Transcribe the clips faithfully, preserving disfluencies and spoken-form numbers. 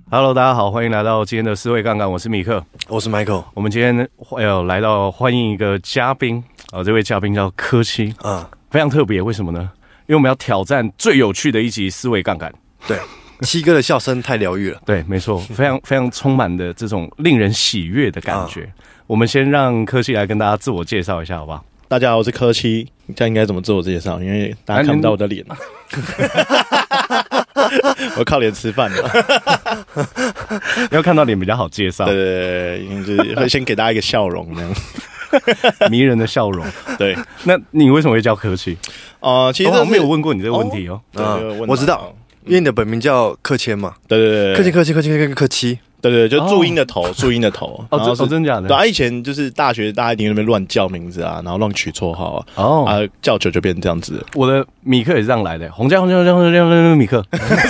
Hello， 大家好，欢迎来到今天的思维杠杆，我是米克， 我是 Michael。 我们今天要来到欢迎一个嘉宾啊，这位嘉宾叫柯七啊，非常特别，为什么呢？因为我们要挑战最有趣的一集思维杠杆。 对，七哥的笑声太疗愈了。 对，没错，非常非常充满的这种令人喜悦的感觉。啊、我们先让柯七来跟大家自我介绍一下，好不好？ 大家好，我是柯七。这样应该怎么自我介绍？因为大家看不到我的脸。我靠脸吃饭的， 要看到脸比较好介绍。 对对对，就是会先给大家一个笑容，这样迷人的笑容。 对， 那你为什么会叫柯七？ 哦、呃，其实我、 哦、没有问过你这个问题哦。 哦对，我知道，因为你的本名叫柯谦嘛。 对对对， 柯谦柯谦柯谦柯柯七。 对对，就注音的头，注音的头。 哦，哦，真假的？ 对啊，以前就是大学，大家一定在那边乱叫名字啊，然后乱取绰号啊。 哦， 啊，叫久就变成这样子。 我的米克也是这样来的，洪家洪家洪家洪家洪家米克。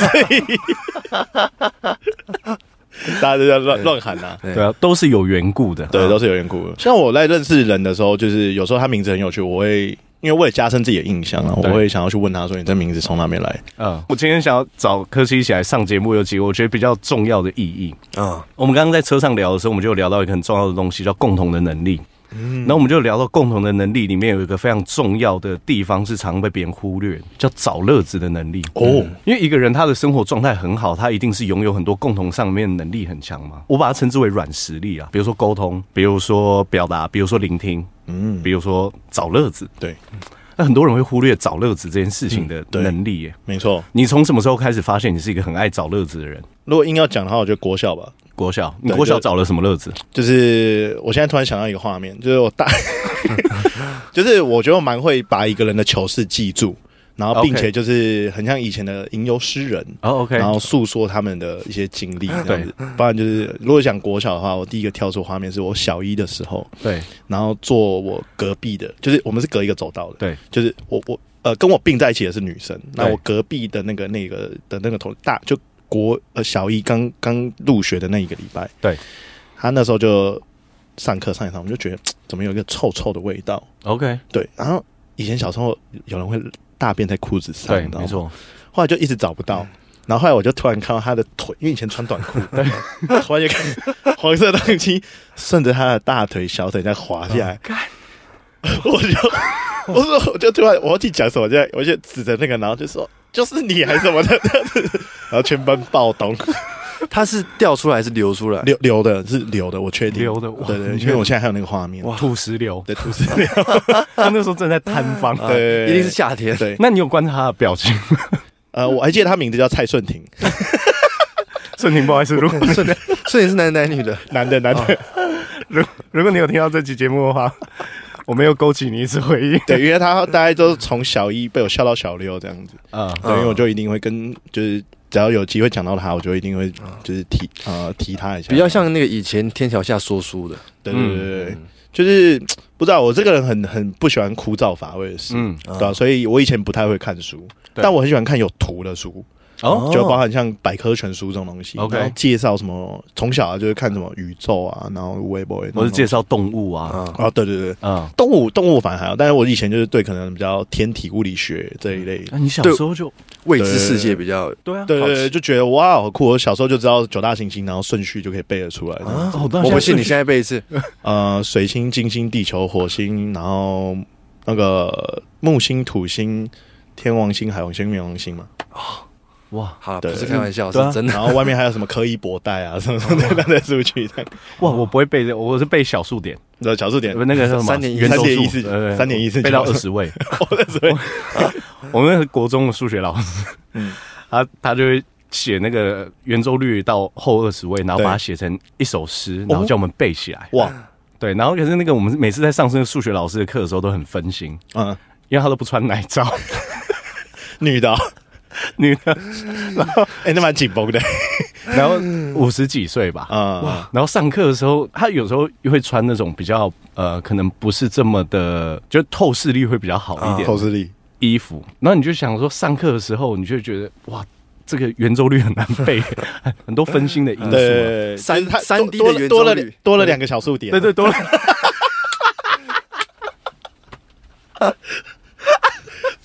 大家都在乱乱喊啊， 对啊，都是有缘故的， 对，都是有缘故的。像我在认识人的时候，就是有时候他名字很有趣，我会。因为为了加深自己的印象啊，我会想要去问他说：“你这名字从哪边来？” 嗯，我今天想要找柯七一起来上节目，有几个我觉得比较重要的意义啊。我们刚刚在车上聊的时候，我们就有聊到一个很重要的东西，叫共同的能力。嗯，然后我们就聊到共同的能力里面有一个非常重要的地方是常被别人忽略，叫找乐子的能力。哦，因为一个人他的生活状态很好，他一定是拥有很多共同上面能力很强嘛。我把它称之为软实力啊，比如说沟通，比如说表达，比如说聆听，嗯，比如说找乐子。 对。 那很多人会忽略找乐子这件事情的能力耶、 嗯、没错。 你从什么时候开始发现你是一个很爱找乐子的人？ 如果硬要讲的话，我觉得国小吧。 国小，你国小找了什么乐子？ 就是我现在突然想到一个画面，就是我大，就是我觉得我蛮会把一个人的糗事记住。然后，并且就是很像以前的吟游诗人哦 ，OK， 然后诉说他们的一些经历这样子。不然就是，如果讲国小的话，我第一个跳出画面是我小一的时候， 对， 然后坐我隔壁的，就是我们是隔一个走道的， 对， 就是我我呃跟我并在一起的是女生，那我隔壁的那个那个的那个头大就国呃小一刚刚入学的那一个礼拜， 对， 他那时候就上课上一堂，我们就觉得怎么有一个臭臭的味道 ，OK， 对，然后以前小时候有人会。大便在裤子上， 对，没错。 后来就一直找不到，然后后来我就突然看到他的腿，因为以前穿短裤，对，突然就看黄色的东西顺着他的大腿、小腿在滑下来，我就我说我就突然我忘记讲什么，就我就指着那个，然后就说就是你还是什么的，然后全班暴动。 它是掉出来还是流出来？ 流流的是流的，我确定流的。 对对，因为我现在还有那个画面， 哇，土石流， 对，土石流。 他那时候正在摊方， 对， 一定是夏天。 对， 那你有观察他的表情吗？ 呃，我还记得他名字叫蔡顺廷。 顺廷，不好意思，如果顺顺廷是男的男女的？ 男的，男的。 如如果你有听到这期节目的话，我没有勾起你一次回忆。 对，因为他大概都从小一被我笑到小六这样子啊，对，因为我就一定会跟就是。只要有机会讲到他，我就一定会就是提呃提他一下， 比较像那个以前天桥下说书的， 对对对对，嗯、就是不知道我这个人很很不喜欢枯燥乏味的事，嗯，对吧、啊？所以我以前不太会看书，但我很喜欢看有图的书。哦，就包含像百科全书这种东西 ，OK， 然后介绍什么，从小啊就是看什么宇宙啊，然后微博， 或是介绍动物啊， 啊，对对对，嗯，动物动物反而还好，但是我以前就是对可能比较天体物理学这一类， 那、啊、你小时候就未知世界比较对啊， 对对对，就觉得哇好酷，我小时候就知道九大行星，然后顺序就可以背得出来。 啊、我不信，你现在背一次， 呃，水星、金星、地球、火星，然后那个木星、土星、天王星、海王星、冥王星嘛。 哇，好，不是开玩笑，是真的。 然后外面还有什么柯伊伯带啊，什么什么的的数据。 哇，我不会背这，我是背小数点。 对，小数点， 那个什么三点三点一四，三点一四， 背到二十位， 二十位。 我们国中的数学老师，嗯，他他就会写那个圆周率到后二十位，然后把它写成一首诗，然后叫我们背起来。哇，对，然后可是那个我们每次在上那数学老师的课的时候都很分心，嗯，因为他都不穿奶罩， 女的。女的，然后哎、欸，那蛮紧绷的， 然后五十几岁吧，啊、嗯，然后上课的时候，他有时候会穿那种比较呃，可能不是这么的，就透视力会比较好一点， 透视力衣服，然后你就想说，上课的时候，你就觉得哇，这个圆周率很难背，很多分心的因素、啊， 对， 三三 D 的圆周率多了多了两个小数点， 对对，多了。 所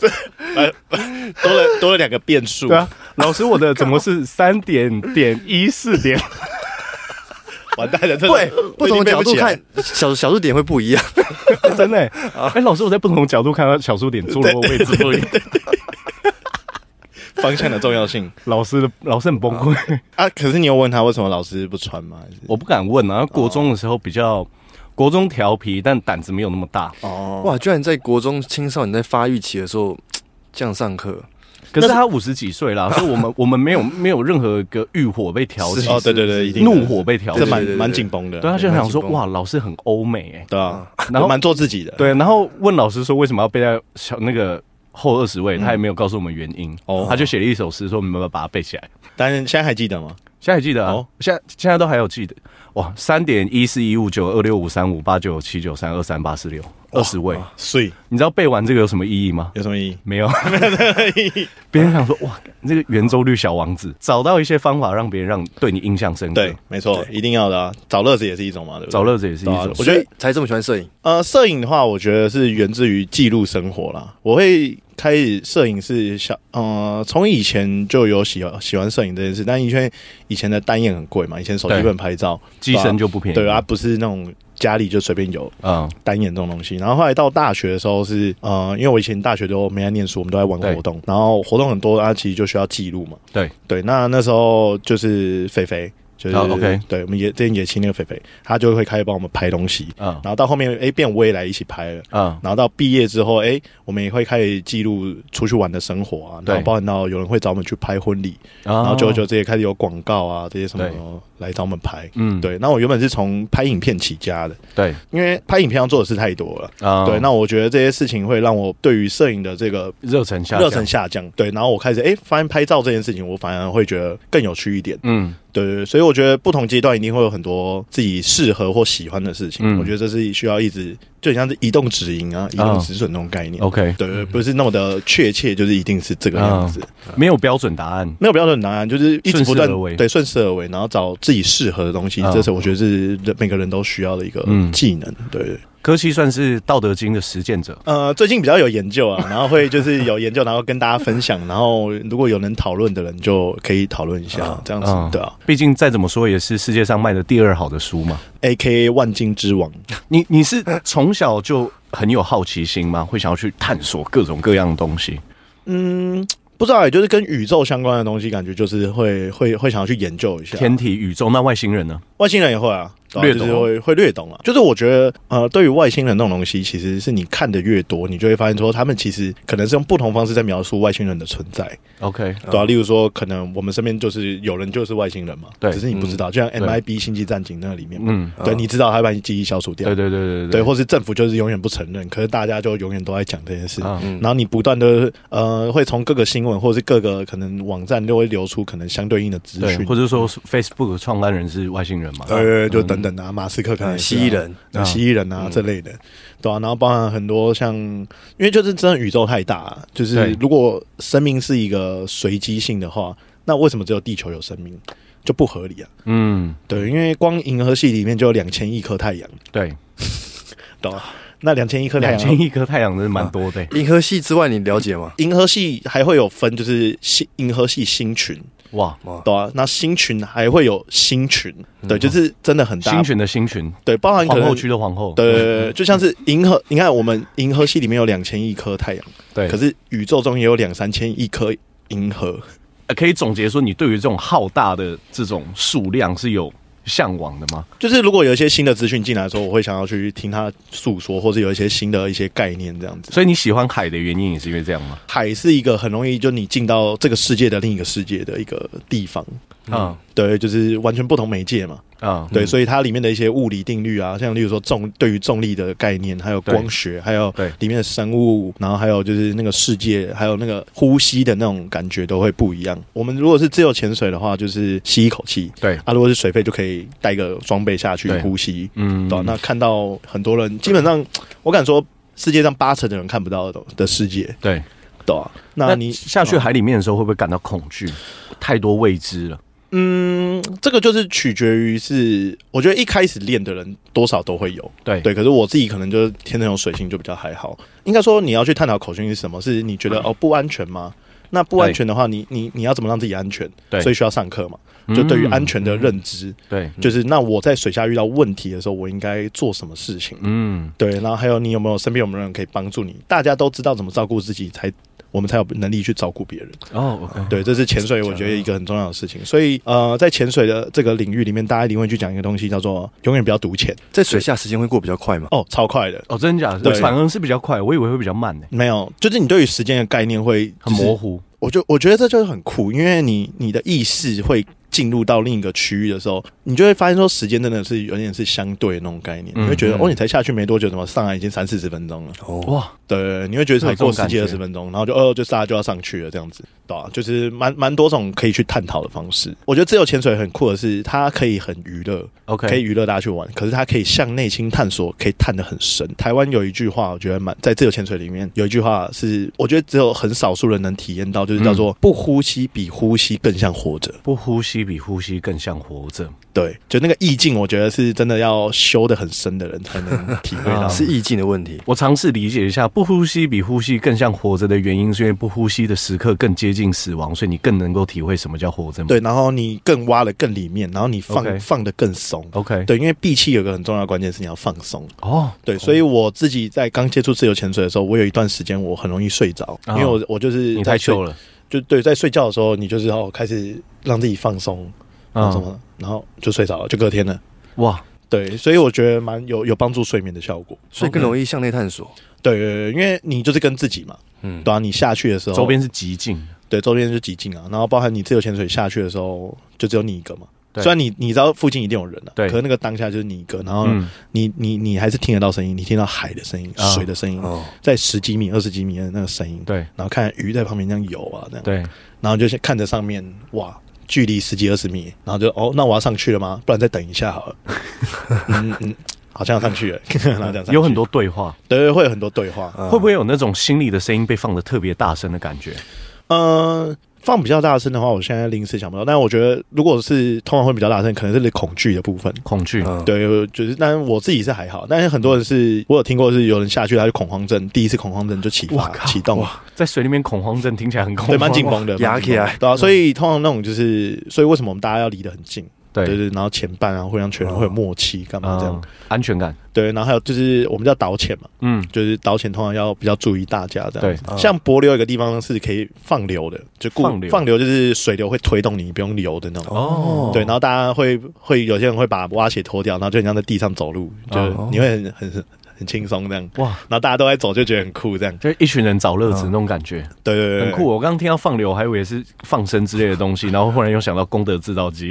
多了多了两个变数。 对啊，老师，我的怎么是三点点一四点？ 完蛋了， 对，不同的角度看小小数点会不一样， 真的。哎、欸，老师，我在不同角度看到小数点坐落位置不一样。 方向的重要性， 老师的老师很崩溃啊！可是你有问他为什么老师不穿吗？还是我不敢问啊。国中的时候比较，哦、国中调皮，但胆子没有那么大。 哦，哇！居然在国中青少年在发育期的时候这样上课。 可是他五十几岁啦，所以我们我们没有没有任何一个欲火被挑起。 哦，对对对，一定怒火被挑起， 这蛮蛮紧绷的。 对，他就想说，哇，老师很欧美哎、欸， 对啊，然后蛮做自己的。 对，然后问老师说为什么要背在小那个。后二十位，他也没有告诉我们原因，哦，他就写了一首诗，说我们要不要把它背起来？ 但是现在还记得吗？ 现在还记得啊，哦、现在现在都还有记得。哇，三点一四一五九二六五三五八九七九三二三八四六，二十位， 所以你知道背完这个有什么意义吗？ 有什么意义？ 没有，没有任何意义。别人想说，哇，这个圆周率小王子，找到一些方法让别人让对你印象深刻。 对，没错，一定要的啊。找乐子也是一种嘛，对不对？ 找乐子也是一种。啊、 我觉得才这么喜欢摄影。 呃，摄影的话，我觉得是源自于记录生活啦。我会。开始摄影是小呃，从以前就有喜欢喜欢摄影这件事，但因为以前的单眼很贵嘛，以前手机不能拍照， 机身就不便宜， 对啊，不是那种家里就随便有嗯单眼这种东西。然后后来到大学的时候是呃，因为我以前大学都没在念书，我们都在玩活动，然后活动很多，啊，其实就需要记录嘛。 对对， 那那时候就是肥肥。就是、oh, OK， 对，我们也之前也请那个肥肥，他就会开始帮我们拍东西，嗯，然后到后面哎变我也来一起拍了，嗯，然后到毕业之后，哎，我们也会开始记录出去玩的生活啊，然后包含到有人会找我们去拍婚礼，然后久而久之也开始有广告啊这些什么来找我们拍，嗯，对，那我原本是从拍影片起家的， 对， 因为拍影片要做的事太多了，啊，对，那我觉得这些事情会让我对于摄影的这个热忱下热忱下降，对，然后我开始哎发现拍照这件事情，我反而会觉得更有趣一点，嗯。对对对，所以我觉得不同阶段一定会有很多自己适合或喜欢的事情。嗯、我觉得这是需要一直，就很像是移动止盈啊、移动止损那种概念。 OK， 对对，不是那么的确切，就是一定是这个样子， 嗯、没有标准答案， 没有标准答案，就是一直不断对顺势而为，然后找自己适合的东西。嗯、这是我觉得是每个人都需要的一个技能。嗯、对对。 柯西算是《道德经》的实践者， 呃，最近比较有研究啊，然后会就是有研究，然后跟大家分享，然后如果有能讨论的人就可以讨论一下，这样子，嗯、对啊。 毕竟再怎么说也是世界上卖的第二好的书嘛 ，A K A 万金之王。 你你是从小就很有好奇心吗？会想要去探索各种各样的东西？ 嗯。不知道，也就是跟宇宙相关的东西，感觉就是会会会想要去研究一下天体、宇宙。那外星人呢？ 外星人也会啊， 略懂， 就是会会略懂啊。就是我觉得，呃，对于外星人那种东西，其实是你看的越多，你就会发现说，他们其实可能是用不同方式在描述外星人的存在。 OK， 对啊，例如说，可能我们身边就是有人就是外星人嘛，对，只是你不知道，嗯、就像 M I B 星际战警那里面嘛，嗯，对，你知道他会把你记忆消除掉， 对对对对 对, 对，或是政府就是永远不承认，可是大家就永远都在讲这件事，嗯、然后你不断的呃，会从各个新闻或者是各个可能网站都会流出可能相对应的资讯， 或者说 Facebook 创办人是外星人嘛， 对对，就等等啊，马斯克可能蜥蜴人、 蜥蜴人啊这类的，对啊，然后包含很多像，因为就是真的宇宙太大，就是如果生命是一个随机性的话，那为什么只有地球有生命？就不合理啊。嗯，对，因为光银河系里面就有两千亿颗太阳， 对， 懂吗？那两千亿颗太阳， 两千亿颗太阳真是蛮多的、欸。 银河系之外，你了解吗？ 银河系还会有分，就是星银河系星群。哇，对啊，那星群还会有星群，对，就是真的很大。 星群的星群， 对，包含皇后区的皇后， 对，对对对，就像是银河，你看我们银河系里面有两千亿颗太阳，对，可是宇宙中也有两三千亿颗银河。 可以总结说，你对于这种浩大的这种数量是有向往的吗？ 就是如果有一些新的资讯进来的时候，我会想要去听他诉说，或者有一些新的一些概念这样子。 所以你喜欢海的原因也是因为这样吗？ 海是一个很容易就你进到这个世界的另一个世界的一个地方。嗯，对，就是完全不同媒介嘛。啊、嗯，对，所以它里面的一些物理定律啊，像例如说重对于重力的概念，还有光学，还有里面的生物，然后还有就是那个世界，还有那个呼吸的那种感觉都会不一样。我们如果是自由潜水的话，就是吸一口气，对啊；如果是水肺，就可以带一个装备下去呼吸，嗯，对。那看到很多人，基本上我敢说，世界上八成的人看不到的的世界，对，对啊。那你下去海里面的时候，会不会感到恐惧？太多未知了。 嗯，这个就是取决于是，我觉得一开始练的人多少都会有， 对对。可是我自己可能就是天生有水性，就比较还好。应该说你要去探讨口训是什么，是你觉得、嗯、哦不安全吗？那不安全的话，你你你要怎么让自己安全？对，所以需要上课嘛。就对于安全的认知，嗯、对，就是那我在水下遇到问题的时候，我应该做什么事情？嗯，对。然后还有你有没有身边有没有人可以帮助你？大家都知道怎么照顾自己，才我们才有能力去照顾别人。哦 ，OK， 对，这是潜水我觉得一个很重要的事情。所以呃，在潜水的这个领域里面，大家一定会去讲一个东西，叫做永远不要赌钱。 在水下时间会过比较快吗？ 哦，超快的。 哦，真的假的？对，反而是比较快，我以为会比较慢呢。 没有，就是你对于时间的概念会、就是、 很模糊。 我就我觉得这就是很酷，因为你你的意识会进入到另一个区域的时候，你就会发现说时间真的是有点是相对的那种概念，嗯、你会觉得、嗯、哦，你才下去没多久，怎么上来已经三四十分钟了？哦，哇，对，你会觉得才过十几二十分钟，然后就哦，就大家就要上去了这样子，对吧、啊？就是蛮蛮多种可以去探讨的方式。我觉得自由潜水很酷的是，它可以很娱乐 ，OK， 可以娱乐大家去玩，可是它可以向内心探索，可以探得很深。台湾有一句话，我觉得蛮在自由潜水里面有一句话是，我觉得只有很少数人能体验到，就是叫做、嗯、不呼吸比呼吸更像活着， 不呼吸比呼吸更像活着。 对，就那个意境，我觉得是真的要修得很深的人才能体会到， 是意境的问题。 我尝试理解一下，不呼吸比呼吸更像活着的原因，是因为不呼吸的时刻更接近死亡，所以你更能够体会什么叫活着。 对，然后你更挖得更里面，然后你放、okay. 放得更松。OK， 对，因为闭气有个很重要的关键是你要放松。哦，对，所以我自己在刚接触自由潜水的时候，我有一段时间我很容易睡着，哦、因为我我就是你太糗了。 就对，在睡觉的时候，你就是要开始让自己放松。然后什么，然后就睡着了，就隔天了。哇，对，所以我觉得蛮有有帮助睡眠的效果， 所以更容易向内探索。 对对对，因为你就是跟自己嘛，嗯，对啊，你下去的时候， 周边是极静， 对，周边是极静啊。然后包含你自由潜水下去的时候，就只有你一个嘛。虽然你你知道附近一定有人了、啊，对，可是那个当下就是你一个，然后你、嗯、你你还是听得到声音，你听到海的声音、哦、水的声音，哦、在十几米、二十几米的那个声音，对，然后看鱼在旁边这样游啊，这样，对，然后就看着上面，哇。距离十几二十米，然后就哦，那我要上去了吗？不然再等一下好了。嗯嗯，好像要上去了，然后这样上去有很多对话， 对对，会有很多对话、 嗯。会不会有那种心里的声音被放得特别大声的感觉？ 呃，放比较大声的话，我现在临时想不到。但是我觉得，如果是通常会比较大声，可能是恐惧的部分。 恐惧， 对，就是，但是我自己是还好。但是很多人是，我有听过是有人下去，他就恐慌症，第一次恐慌症就启发启动。 在水里面恐慌症听起来很恐慌， 对，蛮紧绷的， 压起来， 对啊。所以通常那种就是，所以为什么我们大家要离得很近？对对对，然后前半啊，会让全人会有默契，干嘛这样、 嗯？安全感。 对，然后还有就是我们叫导潜嘛，嗯，就是导潜通常要比较注意大家这样。对，像帛琉有一个地方是可以放流的，就放流，放流就是水流会推动你，不用游的那种。哦，对，然后大家会会有些人会把蛙鞋脱掉，然后就很像在地上走路，就你会很很很轻松这样。哇，然后大家都在走，就觉得很酷，这样就一群人找乐子那种感觉。 对对 对, 对， 很酷。我刚刚听到放流，我还以为是放生之类的东西，然后忽然又想到功德制造机。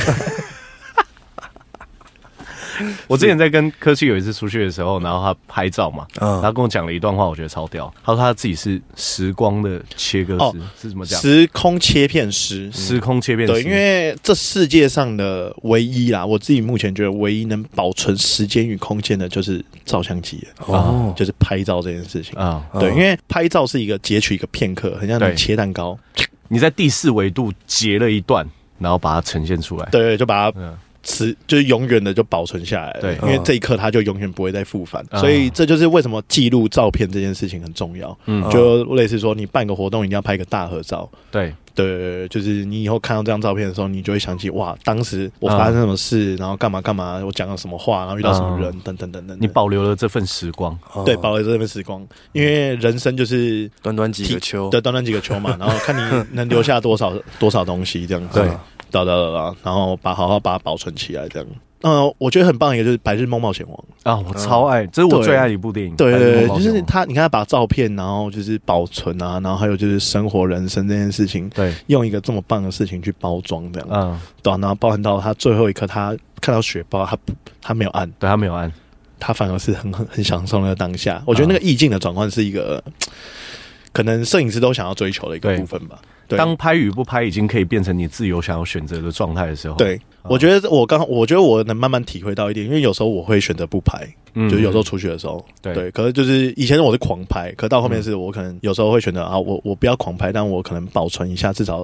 我之前在跟柯基有一次出去的时候，然后他拍照嘛，嗯、他跟我讲了一段话，我觉得超屌。他说他自己是时光的切割师，哦、是怎么讲？ 时空切片师， 时空切片师。 对，因为这世界上的唯一啦，我自己目前觉得唯一能保存时间与空间的，就是照相机哦，就是拍照这件事情啊。对，因为拍照是一个截取一个片刻，很像你切蛋糕， 你在第四维度截了一段，然后把它呈现出来。 对对，就把它。嗯就是永远的就保存下来了，对，因为这一刻它就永远不会再复返，嗯、所以这就是为什么记录照片这件事情很重要。嗯，就类似说你办个活动一定要拍一个大合照，对对，就是你以后看到这张照片的时候，你就会想起哇，当时我发生什么事，嗯、然后干嘛干嘛，我讲了什么话，然后遇到什么人，嗯、等等等等。 你保留了这份时光， 对，保留了这份时光，因为人生就是短短几个秋， 对，短短几个秋嘛，然后看你能留下多少多少东西，这样子。对。哒哒哒哒，然后把好好把它保存起来，这样。嗯，我觉得很棒一个就是《白日梦冒险王》 啊，我超爱，这是我最爱的一部电影。 对对对，就是他，你看他把照片，然后就是保存啊，然后还有就是生活人生这件事情，对，用一个这么棒的事情去包装，这样，嗯，对、啊，然后包含到他最后一刻，他看到雪豹，他不，他没有按， 对他没有按， 他反而是很很很享受那个当下。我觉得那个意境的转换是一个，可能摄影师都想要追求的一个部分吧。 当拍与不拍已经可以变成你自由想要选择的状态的时候， 对，哦、我觉得我刚，我觉得我能慢慢体会到一点，因为有时候我会选择不拍，嗯，就是有时候出去的时候，对，对，可是就是以前我是狂拍，可到后面是我可能有时候会选择啊，我我不要狂拍，但我可能保存一下，至少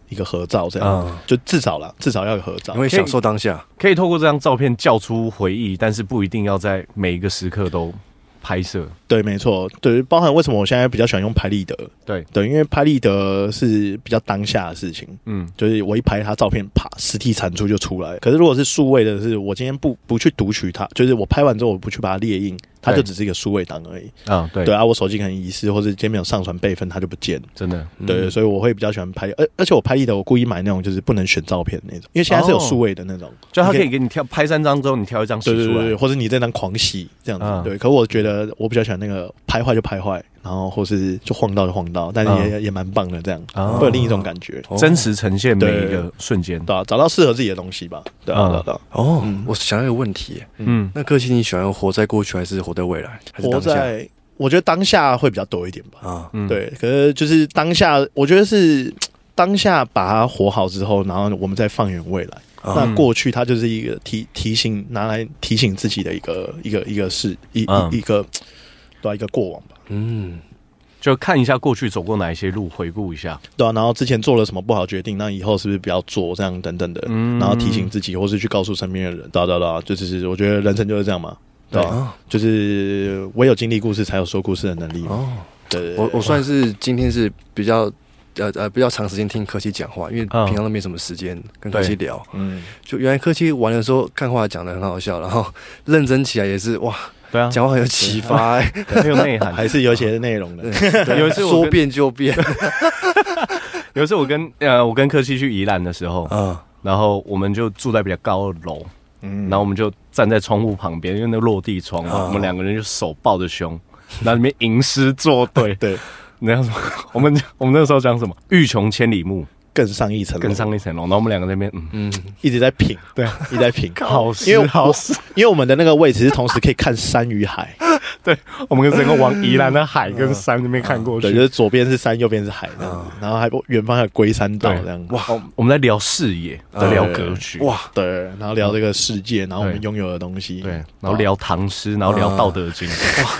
一个合照这样，嗯、就至少啦，至少要有合照， 因为享受当下， 可以透过这张照片叫出回忆，但是不一定要在每一个时刻都拍摄。 对，没错，对，包含为什么我现在比较喜欢用拍立得， 对对，因为拍立得是比较当下的事情，嗯，就是我一拍它照片，啪，实体产出就出来。可是如果是数位的，是我今天不不去读取它，就是我拍完之后我不去把它列印，它就只是一个数位档而已。啊，对，对啊，我手机可能遗失，或者今天没有上传备份，它就不见， 真的。 对，嗯、所以我会比较喜欢拍，而而且我拍立得，我故意买那种就是不能选照片的那种，因为现在是有数位的那种，哦、 就它可以给你挑拍三张之后，你挑一张洗出来， 对对对，或者你这张狂洗这样子。嗯、对，可我觉得我比较喜欢那个拍坏就拍坏。然后或是就晃到就晃到，但是也、嗯、也蛮棒的，这样、哦、会有另一种感觉， 真实呈现每一个瞬间， 对啊，找到适合自己的东西吧，对啊，嗯、对啊。 哦，嗯、我想要一个问题，嗯，那柯基你喜欢活在过去还是活在未来？还是当下？活在， 我觉得当下会比较多一点吧，啊，嗯、对，可是就是当下，我觉得是当下把它活好之后，然后我们再放眼未来。嗯、那过去它就是一个提提醒，拿来提醒自己的一个一个一个事一、嗯、一个对、啊、一个过往吧。嗯， 就看一下过去走过哪一些路，回顾一下， 对啊，然后之前做了什么不好决定，那以后是不是不要做，这样等等的，嗯、然后提醒自己，或是去告诉身边的人，对啊对啊对啊，就是我觉得人生就是这样嘛，对啊，哦、就是唯有经历故事，才有说故事的能力嘛。哦， 对, 对, 对，我我算是今天是比较。呃呃，比较长时间听柯基讲话，因为平常都没什么时间跟柯基聊。嗯，就原来柯基玩的时候看话讲得很好笑，然后认真起来也是哇， 对啊， 讲话很有启发、欸， 很有内涵， 还是有一些内容的。 有一次说变就变。 有一次我跟呃我跟柯基去宜兰的时候，嗯，然后我们就住在比较高的楼，嗯，然后我们就站在窗户旁边，因为那个落地窗嘛，嗯、我们两个人就手抱着胸，然后里面吟诗作对， 对。 那样什么？我们我们那时候讲什么？欲穷千里目， 更上一层楼， 更上一层楼。然后我们两个在那边，嗯嗯， 一直在品，对，一直在品， 好诗，因为好诗， 因为我们的那个位置是同时可以看山与海， 对，我们整个往宜兰的海跟山那边看过去， 对，就是左边是山，右边是海这样子，然后还远方还有龟山岛这样。 哇，我们在聊视野，在聊格局， 哇，对，然后聊这个世界，然后我们拥有的东西， 对，然后聊唐诗，然后聊道德经，哇。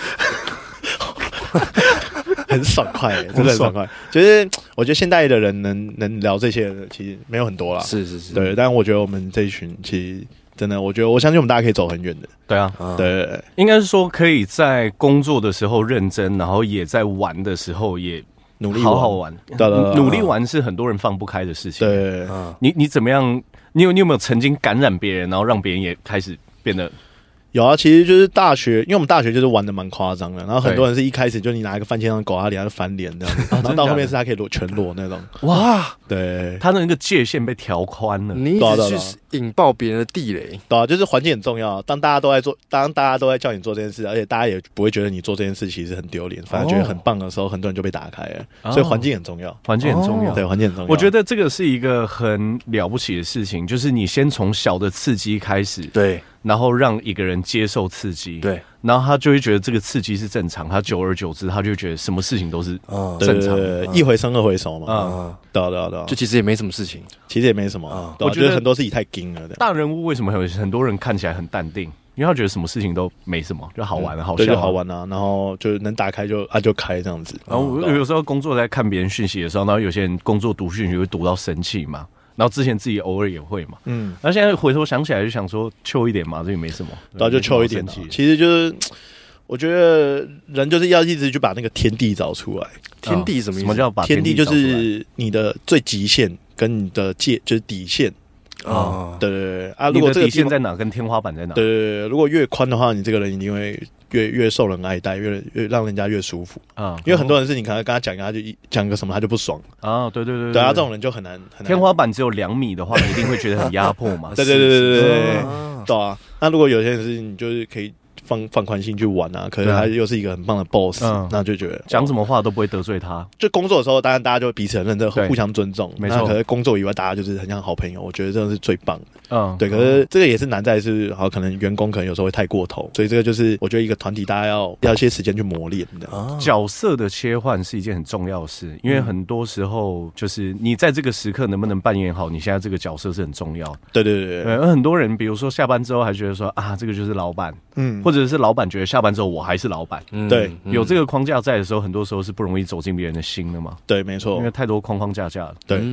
很爽快、欸，真的很爽快。就是我觉得现代的人能能聊这些，其实没有很多啦。 是是是， 对。但我觉得我们这一群，其实真的，我觉得我相信我们大家可以走很远的。 对啊， 对, 对， 应该是说可以在工作的时候认真，然后也在玩的时候也努力好好玩。 对对对， 努力玩是很多人放不开的事情。 对， 你你怎么样？你有你有没有曾经感染别人，然后让别人也开始变得？ 有啊，其实就是大学，因为我们大学就是玩的蛮夸张的，然后很多人是一开始就你拿一个番茄酱狗，他脸上翻脸这样子，然后到后面是他可以裸全裸那种。哇，对， 他的那个界限被调宽了。 你一直去引爆别人的地雷， 对啊，就是环境很重要。当大家都在做，当大家都在叫你做这件事，而且大家也不会觉得你做这件事其实很丢脸，反而觉得很棒的时候，很多人就被打开了。哦、所以环境很重要， 环境很重要， 对，环境很重要。 我觉得这个是一个很了不起的事情，就是你先从小的刺激开始， 对。 然后让一个人接受刺激， 对， 然后他就会觉得这个刺激是正常，他久而久之，他就会觉得什么事情都是正常的， 嗯、一回生二回熟嘛，嗯，对啊对啊对啊， 就其实也没什么事情， 其实也没什么，嗯、我觉得很多事情太硬了。 大人物为什么有很多人看起来很淡定？因为他觉得什么事情都没什么，就好玩啊，嗯、好笑、啊， 就好玩啊，然后就能打开就啊就开这样子。 然后我有时候工作在看别人讯息的时候，然后有些人工作读讯息会读到生气嘛。然后之前自己偶尔也会嘛，嗯，然后现在回头想起来就想说秋一点嘛，这也没什么， 对啊，就秋一点、啊。其实就是，我觉得人就是要一直去把那个天地找出来。 天地什么意思？ 什么叫把天地？就是你的最极限跟你的界，就是底线。啊，对对对啊！如果这个底线在哪，跟天花板在哪？ 对对对，如果越宽的话，你这个人一定会越越受人爱戴，越越让人家越舒服啊。因为很多人是你可能跟他讲，他就讲个什么他就不爽啊。对对对， 对啊，这种人就很难很难。 天花板只有两米的话，你一定会觉得很压迫嘛。 对对对对对对，对啊。那如果有些人是你就是可以。放放宽心去玩啊，可是他又是一个很棒的 boss，、嗯、那就觉得讲什么话都不会得罪他。 就工作的时候，当然大家就彼此很认真，互相尊重， 没错。 可是工作以外，大家就是很像好朋友，我觉得这是最棒的。嗯，对。可是这个也是难在是，好可能员工可能有时候会太过头，所以这个就是我觉得一个团体大家要要一些时间去磨练的、 啊。角色的切换是一件很重要的事，因为很多时候就是你在这个时刻能不能扮演好你现在这个角色是很重要的。 对对对对。 而很多人比如说下班之后还觉得说啊，这个就是老板，嗯，或者是老板觉得下。下班之后我还是老板， 嗯、对， 有这个框架在的时候，很多时候是不容易走进别人的心的嘛。 对，没错， 因为太多框框架架了。 对， 嗯、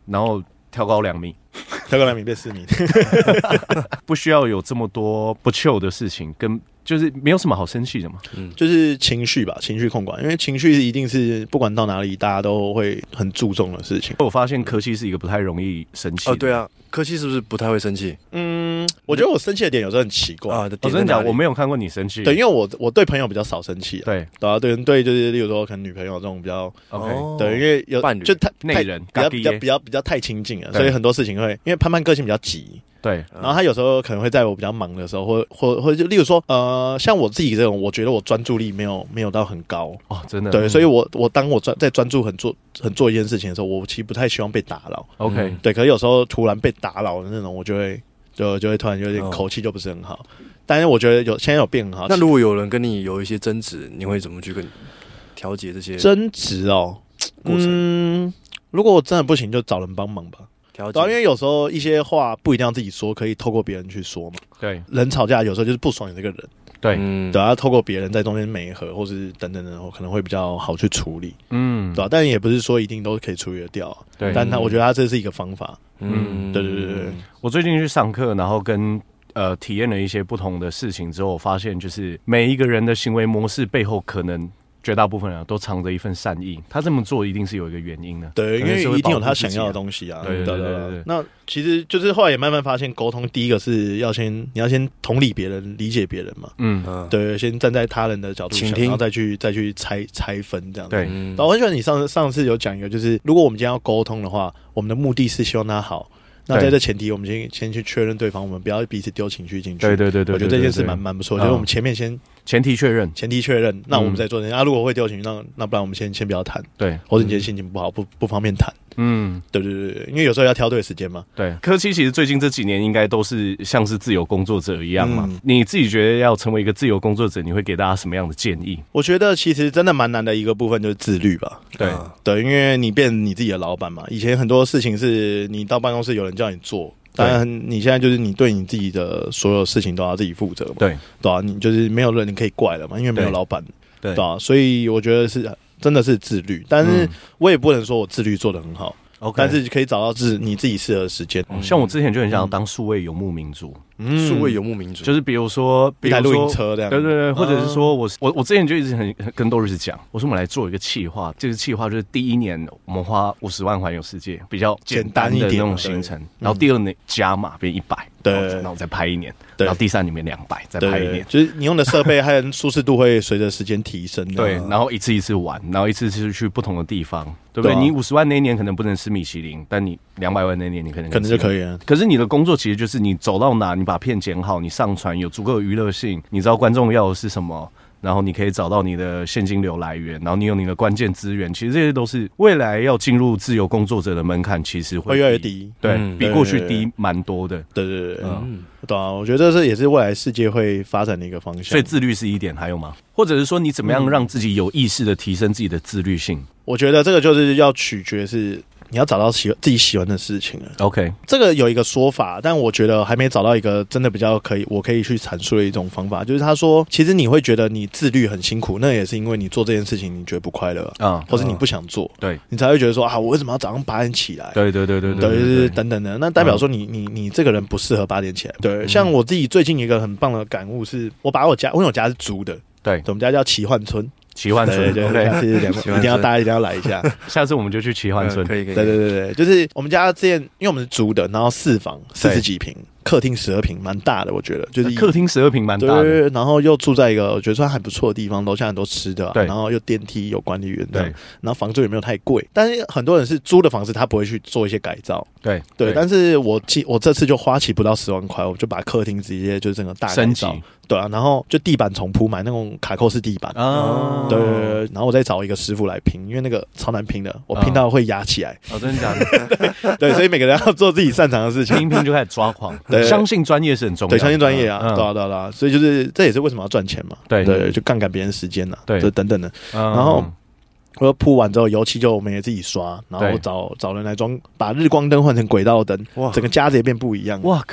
然后跳高两米， 跳高两米变四米， 不需要有这么多不chill的事情，跟就是没有什么好生气的嘛。 嗯，就是情绪吧，情绪控管，因为情绪一定是不管到哪里大家都会很注重的事情。 我发现柯基是一个不太容易生气的。 哦，对啊，柯基是不是不太会生气？ 嗯，我觉得我生气的点有时候很奇怪啊。 我真的讲，我没有看过你生气。 对，因为我我对朋友比较少生气、啊。 对， 对啊，对对，就是例如说可能女朋友这种比较 OK， 对，因为有伴侣就太内人比较比较比较比较太亲近了，所以很多事情会因为潘潘个性比较急。 对， 然后他有时候可能会在我比较忙的时候，或或或就例如说，呃，像我自己这种，我觉得我专注力没有没有到很高哦，真的， 对，所以我我当我专在专注很做很做一件事情的时候，我其实不太希望被打扰。 OK，、 嗯、对，可是有时候突然被打扰的那种，我就会就就会突然有点口气就不是很好。哦、但是我觉得有现在有变很好。 那如果有人跟你有一些争执，你会怎么去跟调节这些争执哦？过程，嗯，如果我真的不行，就找人帮忙吧。对、啊，因为有时候一些话不一定要自己说，可以透过别人去说嘛。 对， 人吵架有时候就是不爽你这个人， 对， 嗯，对啊，透过别人在中间媒合，或是等等的，可能会比较好去处理，嗯，对啊，但也不是说一定都可以处理得掉、啊，对，但他我觉得他这是一个方法，嗯，对对对对。 我最近去上课，然后跟呃体验了一些不同的事情之后，我发现就是每一个人的行为模式背后可能。绝大部分人都藏着一份善意，他这么做一定是有一个原因的。 对，因为一定有他想要的东西啊。 对对对 对, 对。 那其实就是后来也慢慢发现，沟通第一个是要先你要先同理别人、理解别人嘛。嗯，对，先站在他人的角度想，然后再去再去拆拆分这样子。对，然后我很喜欢你上上次有讲一个，就是如果我们今天要沟通的话，我们的目的是希望他好。那在这前提，我们先先去确认对方，我们不要彼此丢情绪进去。 对对对对， 我觉得这件事蛮蛮不错。就是我们前面先前提确认， 前提确认，那我们再做人。啊，如果会丢情绪，那那不然我们先先不要谈。对，或者你今天心情不好，不不方便谈。嗯，对对对对，因为有时候要挑对时间嘛。 对，柯基其实最近这几年应该都是像是自由工作者一样嘛。嗯、你自己觉得要成为一个自由工作者，你会给大家什么样的建议？ 我觉得其实真的蛮难的一个部分就是自律吧。对、嗯、对，因为你变你自己的老板嘛。以前很多事情是你到办公室有人叫你做。当然，你现在就是你对你自己的所有事情都要自己负责嘛。对，对啊，你就是没有人你可以怪了嘛，因为没有老板，对，对啊，所以我觉得是真的是自律，但是我也不能说我自律做得很好。OK， 但是可以找到自你自己适合的时间、 嗯。像我之前就很想要当数位游牧民族， 嗯，数位游牧民族就是比如说， 比如说一台露营车这样， 对对对，或者是说我我我之前就一直很跟窦律师讲，我说我们来做一个企划，这个企划就是第一年我们花五十万环游世界，比较简单的那种行程，然后第二年加码变一百，对，然后我再拍一年，然后第三年变两百，再拍一年， 就是你用的设备和舒适度会随着时间提升， 对，然后一次一次玩，然后一次次去不同的地方。对不对？你五十万那一年可能不能吃米其林，但你两百万那一年你可能可能就可以了。 可是你的工作其实就是你走到哪，你把片剪好，你上传有足够的娱乐性，你知道观众要的是什么，然后你可以找到你的现金流来源，然后你有你的关键资源，其实这些都是未来要进入自由工作者的门槛，其实会会越来越低， 对、嗯、比过去低蛮多的。 对对对，嗯，对啊，我觉得这也是未来世界会发展的一个方向。 所以自律是一点，还有吗？或者是说你怎么样让自己有意识的提升自己的自律性？ 我觉得这个就是要取决是你要找到喜自己喜欢的事情了。 OK， 这个有一个说法，但我觉得还没找到一个真的比较可以，我可以去阐述的一种方法。就是他说，其实你会觉得你自律很辛苦，那也是因为你做这件事情你觉得不快乐啊、嗯，或是你不想做，对，你才会觉得说啊，我为什么要早上八点起来？ 对对对对对， 对等等的，那代表说你你你这个人不适合八点起来。对，像我自己最近一个很棒的感悟是，我把我家，因为我家是租的，对，我们家叫奇幻村。 奇幻村， 对对对，下次一定要大家一定要来一下。 下次我们就去奇幻村， 可以可以。 对对对对，就是我们家之前，因为我们是租的，然后四房四十几平，客厅十二平，蛮大的，我觉得。就是客厅十二平蛮大的， 对，然后又住在一个我觉得算还不错的地方，楼下很多吃的、啊，对，然后又电梯有管理员，对，然后房租也没有太贵。但是很多人是租的房子，他不会去做一些改造，对对。但是我我这次就花起不到十万块，我就把客厅直接就是整个大改造升级。对啊，然后就地板重铺，买那种卡扣式地板啊，对对对，然后我再找一个师傅来拼，因为那个超难拼的，我拼到会压起来。 哦，真的假的？ 对, 对，所以每个人要做自己擅长的事情， 拼拼就开始抓狂。对，相信专业是很重要的。 对，相信专业啊，嗯、对啊对啊对啊，所以就是这也是为什么要赚钱嘛。对对，就杠杆别人时间呐、啊，对，就等等的。嗯、然后我铺完之后，油漆就我们也自己刷，然后找找人来装，把日光灯换成轨道灯，哇，整个家子也变不一样。 哇靠！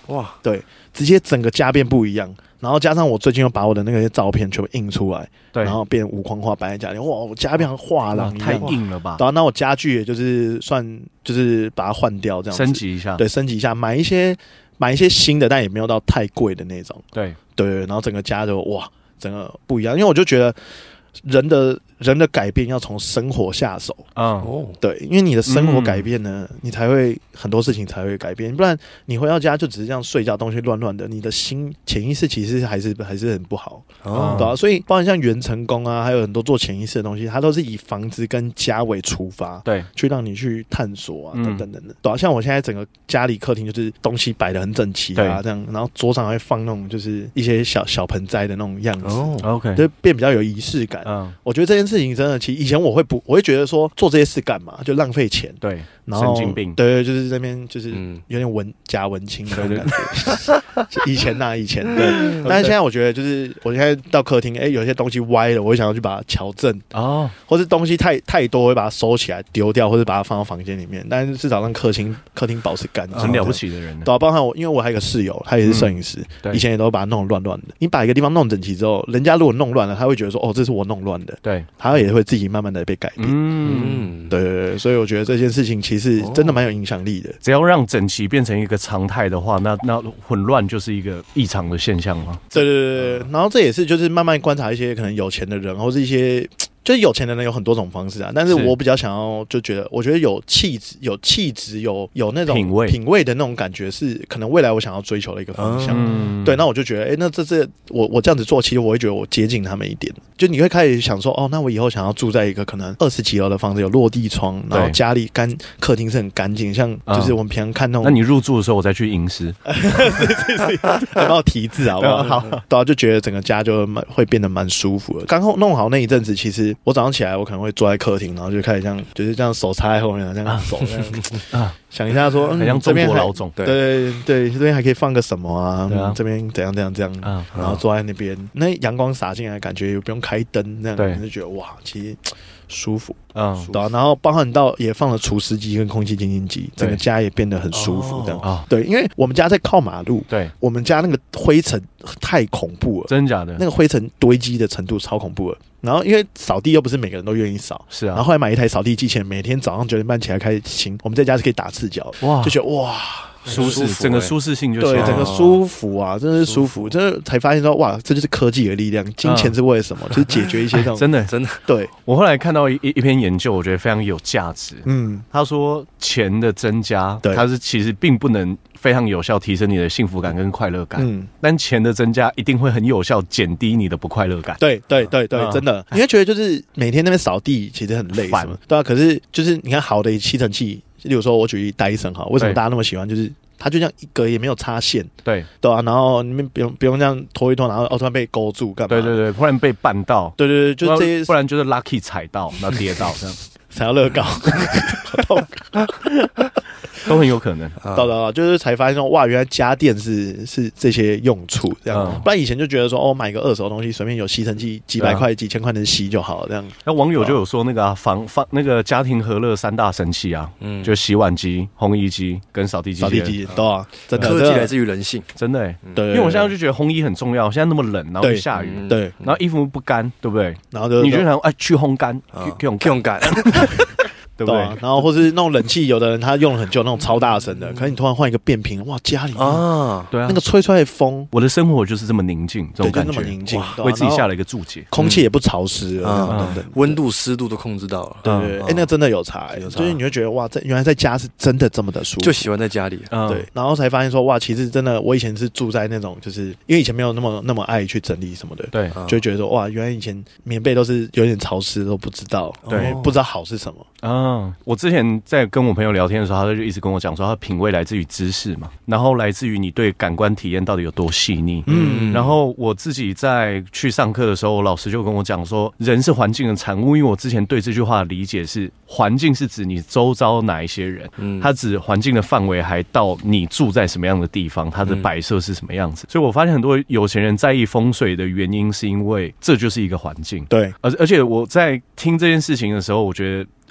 哇，对，直接整个家变不一样。然后加上我最近又把我的那个照片全部印出来，对，然后变无框画摆在家里，哇，我家变成画廊一样， 太硬了吧？ 然后那我家具也就是算就是把它换掉这样子， 升级一下， 对，升级一下，买一些买一些新的，但也没有到太贵的那种， 对对，然后整个家就哇，整个不一样，因为我就觉得人的。人的改变要从生活下手，嗯，对，因为你的生活改变呢，嗯、你才会很多事情才会改变，不然你回到家就只是这样睡觉，东西乱乱的，你的心潜意识其实还是还是很不好，哦，对啊，所以包含像元成功啊，还有很多做潜意识的东西，它都是以房子跟家为出发，对，去让你去探索啊，嗯、等等等等，对啊，像我现在整个家里客厅就是东西摆得很整齐啊，这样，然后桌上还会放那种就是一些小小盆栽的那种样子，哦 ，OK， 就变比较有仪式感，嗯，我觉得这件事情真的，其实以前我会不，我会觉得说做这些事干嘛，就浪费钱。对，然后神经病。对，就是这边就是有点文假文青的感觉。以前呐、啊，以前对，但是现在我觉得就是我现在到客厅，哎、欸，有些东西歪了，我会想要去把它调正哦，或是东西太太多，我会把它收起来丢掉，或者把它放到房间里面，但是至少让客厅客厅保持干净。 很了不起的人， 对啊，包含我，因为我还有个室友，他也是摄影师，嗯、以前也都把它弄乱乱的。你把一个地方弄整齐之后，人家如果弄乱了，他会觉得说，哦，这是我弄乱的。对，他也会自己慢慢的被改变。嗯，对对对，所以我觉得这件事情其实真的蛮有影响力的。 只要让整齐变成一个常态的话，那那混乱就是一个异常的现象吗？ 对对对对，然后这也是就是慢慢观察一些可能有钱的人，或是一些。就是有钱的人有很多种方式啊，但是我比较想要就觉得，我觉得有气质、有气质、有有那种品味、品味的那种感觉，是可能未来我想要追求的一个方向。嗯、对，那我就觉得，哎、欸，那这这我我这样子做，其实我会觉得我接近他们一点。就你会开始想说，哦，那我以后想要住在一个可能二十几楼的房子，有落地窗，然后家里干客厅是很干净，像就是我们平常看那种。 那你入住的时候，我再去吟诗， 是是是，帮我题字好不好？好，对啊，就觉得整个家就蛮会变得蛮舒服的。刚弄好那一阵子，其实。我早上起来，我可能会坐在客厅，然后就开始这样，就是这样手插在后面，这样走，这样啊，想一下说， 很像中国老总， 对对对，这边还可以放个什么啊？嗯、这边怎样怎样怎样，啊、然后坐在那边，那阳光洒进来，感觉也不用开灯，那样就觉得哇，其实舒服。嗯，对、啊，然后包含到也放了除湿机跟空气清新机，整个家也变得很舒服这样。哦、对，因为我们家在靠马路，对，我们家那个灰尘太恐怖了， 真假的？ 那个灰尘堆积的程度超恐怖了。然后因为扫地又不是每个人都愿意扫，是啊。然后后来买一台扫地机器人，每天早上九点半起来开始清，我们在家是可以打赤脚，哇，就觉得哇。 舒适，整个舒适性就对，整个舒服啊，真的是舒服，真的才发现说哇，这就是科技的力量。金钱是为了什么？就是解决一些这种真的真的。 对， 我后来看到一一篇研究，我觉得非常有价值。嗯，他说钱的增加，它是其实并不能非常有效提升你的幸福感跟快乐感。嗯，但钱的增加一定会很有效减低你的不快乐感。 对对对对，真的，你会觉得就是每天那边扫地其实很累，烦，对啊。可是就是你看好的吸尘器。例如说，我举例戴森哈，为什么大家那么喜欢？就是它就这样一格也没有插线，对对啊，然后你们不用不用这样拖一拖，然后突然被勾住干嘛？ 对对对，不然被绊到， 对对对，就这些， 不然就是 lucky 踩到，然后跌到这样， 踩到乐高， 都很有可能。 到到就是才发现说，哇，原来家电是是这些用处这样，嗯、不然以前就觉得说，哦，买个二手的东西，随便有吸尘器几百块、几千块能吸就好了这样。 那网友就有说那个、啊、房房那个家庭和乐三大神器啊，嗯，就洗碗机、烘衣机跟扫地机。 扫地机都啊，真的科技来自于人性， 真的、欸。对，因为我现在就觉得烘衣很重要，现在那么冷，然后下雨，对，然后衣服不干，对不对？然后就你就想，哎，去烘干，去用用干。 对不对？然后或是那种冷气，有的人他用了很久，那种超大声的，可是你突然换一个变频，哇，家里啊，对啊，那个吹出来的风， 我的生活就是这么宁静，这种感觉， 就那么宁静， 为自己下了一个注解， 空气也不潮湿，等等， 温度、湿度都控制到了， 对对，哎，那个真的有差，就是你会觉得哇，在原来在家是真的这么的舒服， 就喜欢在家里， 对，然后才发现说哇，其实真的，我以前是住在那种，就是因为以前没有那么那么爱去整理什么的，对，就会觉得说哇，原来以前棉被都是有点潮湿，都不知道，对，不知道好是什么啊，我之前。在跟我朋友聊天的时候，他就一直跟我讲说，他的品味来自于知识嘛，然后来自于你对感官体验到底有多细腻。嗯，然后我自己在去上课的时候，我老师就跟我讲说，人是环境的产物。因为我之前对这句话的理解是，环境是指你周遭哪一些人，嗯，它指环境的范围还到你住在什么样的地方，它的摆设是什么样子。所以我发现很多有钱人在意风水的原因，是因为这就是一个环境。对，而而且我在听这件事情的时候，我觉得。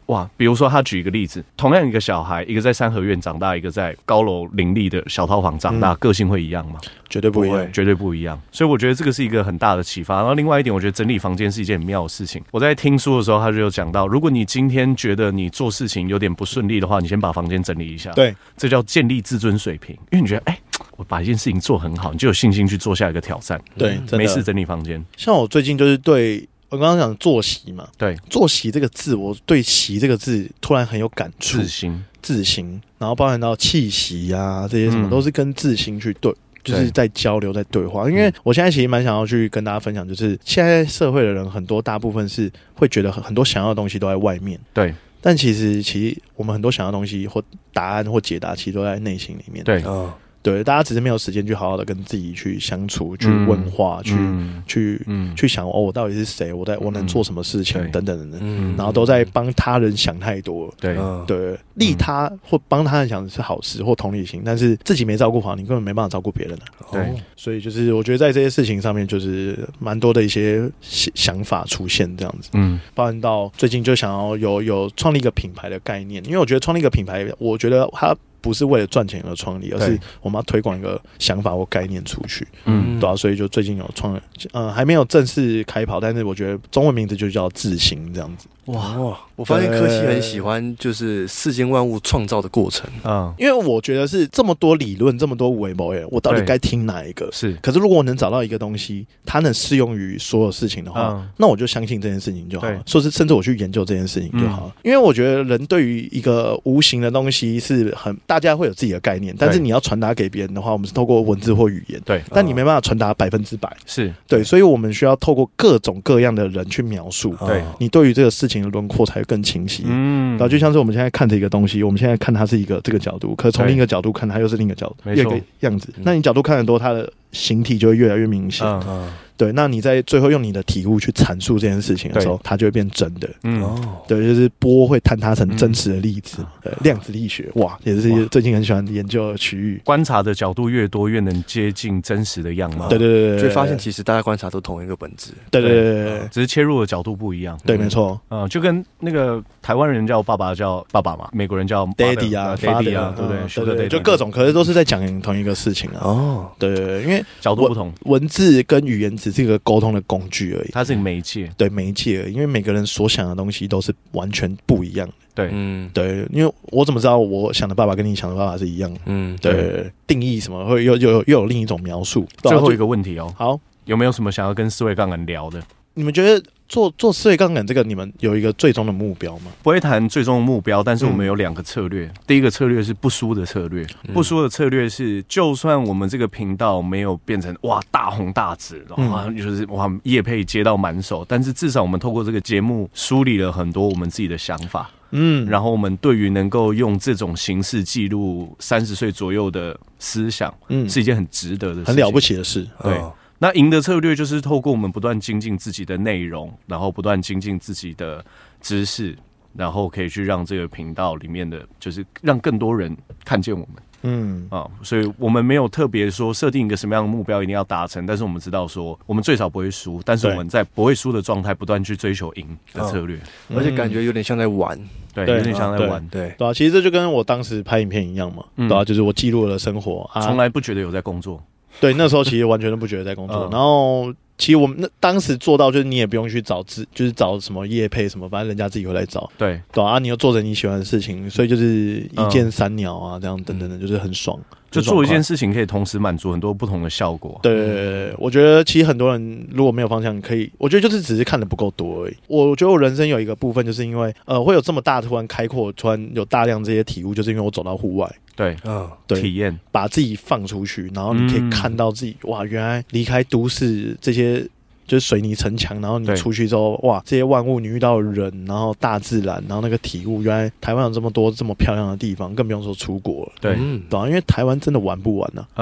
哇，比如说他举一个例子，同样一个小孩，一个在三合院长大，一个在高楼林立的小套房长大，嗯、个性会一样吗？ 绝对不一样， 绝对不一样。所以我觉得这个是一个很大的启发。然后另外一点，我觉得整理房间是一件很妙的事情。我在听书的时候，他就有讲到，如果你今天觉得你做事情有点不顺利的话，你先把房间整理一下。 对， 这叫建立自尊水平。因为你觉得，哎、欸，我把一件事情做很好，你就有信心去做下一个挑战。 对， 没事整理房间。 像我最近就是对我刚刚讲作息嘛， 对， 作息这个字，我对息这个字突然很有感触。 自心， 自心，然后包含到气息啊，这些什么、嗯、都是跟自心去对。就是在交流，在对话。因为我现在其实蛮想要去跟大家分享，就是现在社会的人很多，大部分是会觉得很多想要的东西都在外面， 对。 但其实，其实我们很多想要的东西或答案或解答，其实都在内心里面。 对， 嗯。对，大家只是没有时间去好好的跟自己去相处、去问话、嗯、去、去、嗯、去想哦，我到底是谁？我在我能做什么事情、嗯、等等等等、嗯，然后都在帮他人想太多。 对对，利他或帮他人想是好事或同理心，但是自己没照顾好，你根本没办法照顾别人的。 对、哦， 所以就是我觉得在这些事情上面，就是蛮多的一些想法出现这样子。嗯，包含到最近就想要有有创立一个品牌的概念，因为我觉得创立一个品牌，我觉得它不是为了赚钱而创立，而是我们要推广一个想法或概念出去，嗯，对啊，所以就最近有创，呃，还没有正式开跑，但是我觉得中文名字就叫自行这样子。 哇，我发现柯基很喜欢就是世间万物创造的过程， 嗯，因为我觉得是这么多理论，这么多微博，我到底该听哪一个？ 是， 可是如果我能找到一个东西，它能适用于所有事情的话，嗯、那我就相信这件事情就好了。说是甚至我去研究这件事情就好了，嗯、因为我觉得人对于一个无形的东西是很，大家会有自己的概念，但是你要传达给别人的话，我们是透过文字或语言，对，但你没办法传达百分之百， 是对，所以我们需要透过各种各样的人去描述，对，你对于这个事情的轮廓才会更清晰。嗯，然后就像是我们现在看着一个东西，我们现在看它是一个这个角度，可是从另一个角度看它又是另一个角度，一个样子。那你角度看得多，它的形体就会越来越明显。嗯，对，那你在最后用你的体悟去阐述这件事情的时候，它就会变真的。嗯，对，就是波会坍塌成真实的粒子。嗯、量子力学，哇，也是最近很喜欢研究的区域。 观察的角度越多，越能接近真实的样貌。 对对对对， 就会发现其实大家观察都同一个本质。 对对对对， 只是切入的角度不一样。 对，没错。 嗯，就跟那个台湾人叫爸爸叫爸爸嘛，美国人叫 daddy 啊 daddy 啊，对不对？ 对对，就各种，可是都是在讲同一个事情啊。哦，对对对，因为角度不同， 文字跟语言只是一个沟通的工具而已， 它是媒介， 对媒介而已。因为每个人所想的东西都是完全不一样的， 对，嗯， 对，因为我怎么知道我想的爸爸跟你想的爸爸是一样的？嗯，对，定义什么会又又又有另一种描述。 最后一个问题哦， 好， 有没有什么想要跟思维杠杆聊的？ 你们觉得做做思维杠杆这个，你们有一个最终的目标吗？ 不会谈最终的目标，但是我们有两个策略。嗯、第一个策略是不输的策略，嗯、不输的策略是，就算我们这个频道没有变成哇大红大紫，然后就是哇业配接到满手，但是至少我们透过这个节目梳理了很多我们自己的想法。嗯，然后我们对于能够用这种形式记录三十岁左右的思想，嗯，是一件很值得的事情， 很了不起的事。 对。哦，那赢的策略就是透过我们不断精进自己的内容，然后不断精进自己的知识，然后可以去让这个频道里面的，就是让更多人看见我们。嗯啊，所以我们没有特别说设定一个什么样的目标一定要达成，但是我们知道说我们最少不会输，但是我们在不会输的状态不断去追求赢的策略， 哦，而且感觉有点像在玩。 对，有点像在玩。 对，对啊，其实这就跟我当时拍影片一样嘛，嗯，对啊，就是我记录了生活， 从来不觉得有在工作。 对，那时候其实完全都不觉得在工作，嗯，然后其实我们那当时做到就是你也不用去找自，就是找什么业配什么，反正人家自己会来找。对，对啊，你又做着你喜欢的事情，所以就是一箭三鸟啊，这样等等的，就是很爽。 就做一件事情可以同时满足很多不同的效果。 对对对对，我觉得其实很多人如果没有方向，可以，我觉得就是只是看的不够多而已。我觉得我人生有一个部分，就是因为呃会有这么大突然开阔，突然有大量这些体悟，就是因为我走到户外。对，嗯，对，体验，把自己放出去，然后你可以看到自己，嗯，哇，原来离开都市这些就是水泥城墙，然后你出去之后，哇，这些万物你遇到人，然后大自然，然后那个体悟，原来台湾有这么多这么漂亮的地方，更不用说出国了。对，嗯，对啊，因为台湾真的玩不完啊。嗯。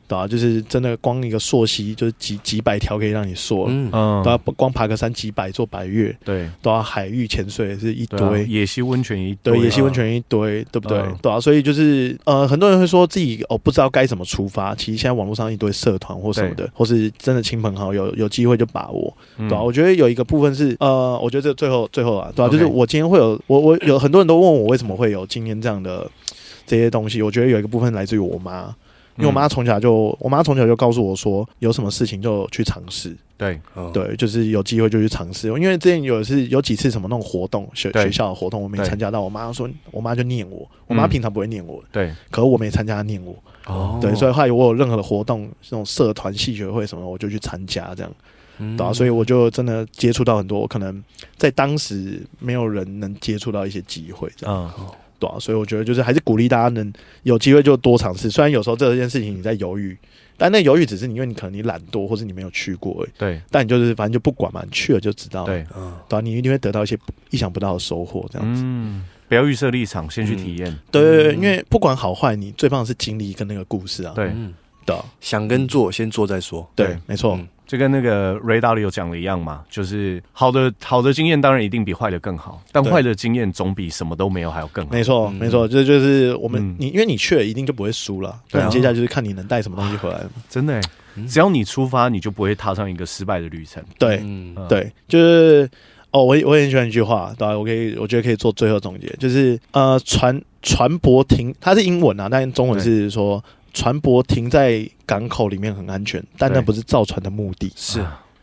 对啊，就是真的光一个溯溪就是几几百条可以让你溯，嗯，对啊，光爬个山几百座百岳， 对， 对啊，海域潜水也是一堆，啊、 野溪温泉一堆， 对，野溪温泉一堆，对不对？嗯、对啊，所以就是呃，很多人会说自己哦不知道该怎么出发，其实现在网络上一堆社团或什么的，或是真的亲朋好友有机会就把握，嗯、对啊，我觉得有一个部分是呃，我觉得这最后最后啊，对啊， okay. 就是我今天会有我我有很多人都问我为什么会有今天这样的这些东西，我觉得有一个部分来自于我妈。因为我妈从小就，我妈从小就告诉我说，有什么事情就去尝试。 对， 对，就是有机会就去尝试。因为之前有是有几次什么那种活动，学学校的活动我没参加到，我妈说，我妈就念我，我妈平常不会念我，对，可是我没参加，她念我。哦，对，所以后来我有任何的活动，这种社团、系学会什么，我就去参加，这样。对啊，所以我就真的接触到很多可能在当时没有人能接触到一些机会，这样。嗯，对啊，所以我觉得就是还是鼓励大家能有机会就多尝试。虽然有时候这件事情你在犹豫，但那犹豫只是你因为你可能你懒惰，或是你没有去过而已。对，但你就是反正就不管嘛，你去了就知道了。对，嗯，对啊，你一定会得到一些意想不到的收获，这样子。嗯， 不要预设立场，先去体验。嗯、 对对对，因为不管好坏，你最棒的是经历跟那个故事啊。对， 嗯，对，想跟做，先做再说。 对，没错。嗯， 就跟那个 Ray Dalio 有讲的一样嘛，就是好的好的经验当然一定比坏的更好，但坏的经验总比什么都没有还要更好。 没错，嗯、没错，这就, 就是我们、嗯、你因为你去了一定就不会输了，对、啊，接下来就是看你能带什么东西回来。 真的、欸嗯，只要你出发，你就不会踏上一个失败的旅程。 对，嗯、对，就是哦，我我也很喜欢一句话，对、啊，我可以我觉得可以做最后总结，就是呃，船船舶停，它是英文啊，但中文是说。船舶停在港口里面很安全，但那不是造船的目的。是，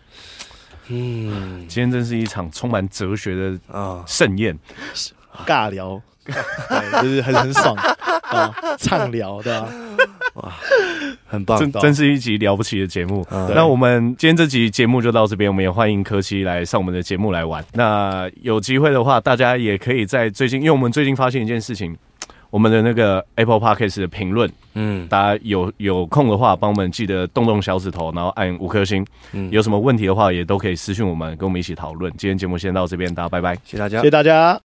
嗯，今天真是一场充满哲学的啊盛宴， 尬聊，对，就是很很爽啊，畅聊，对吧？ 哇，很棒， 真真是一集了不起的节目。嗯、那我们今天这集节目就到这边，我们也欢迎柯基来上我们的节目来玩。那有机会的话，大家也可以在最近，因为我们最近发现一件事情。我们的那个 Apple Podcast 的评论，嗯，大家有有空的话，帮我们记得动动小指头，然后按五颗星。嗯，有什么问题的话，也都可以私讯我们，跟我们一起讨论。今天节目先到这边，大家拜拜， 谢谢大家， 谢谢大家。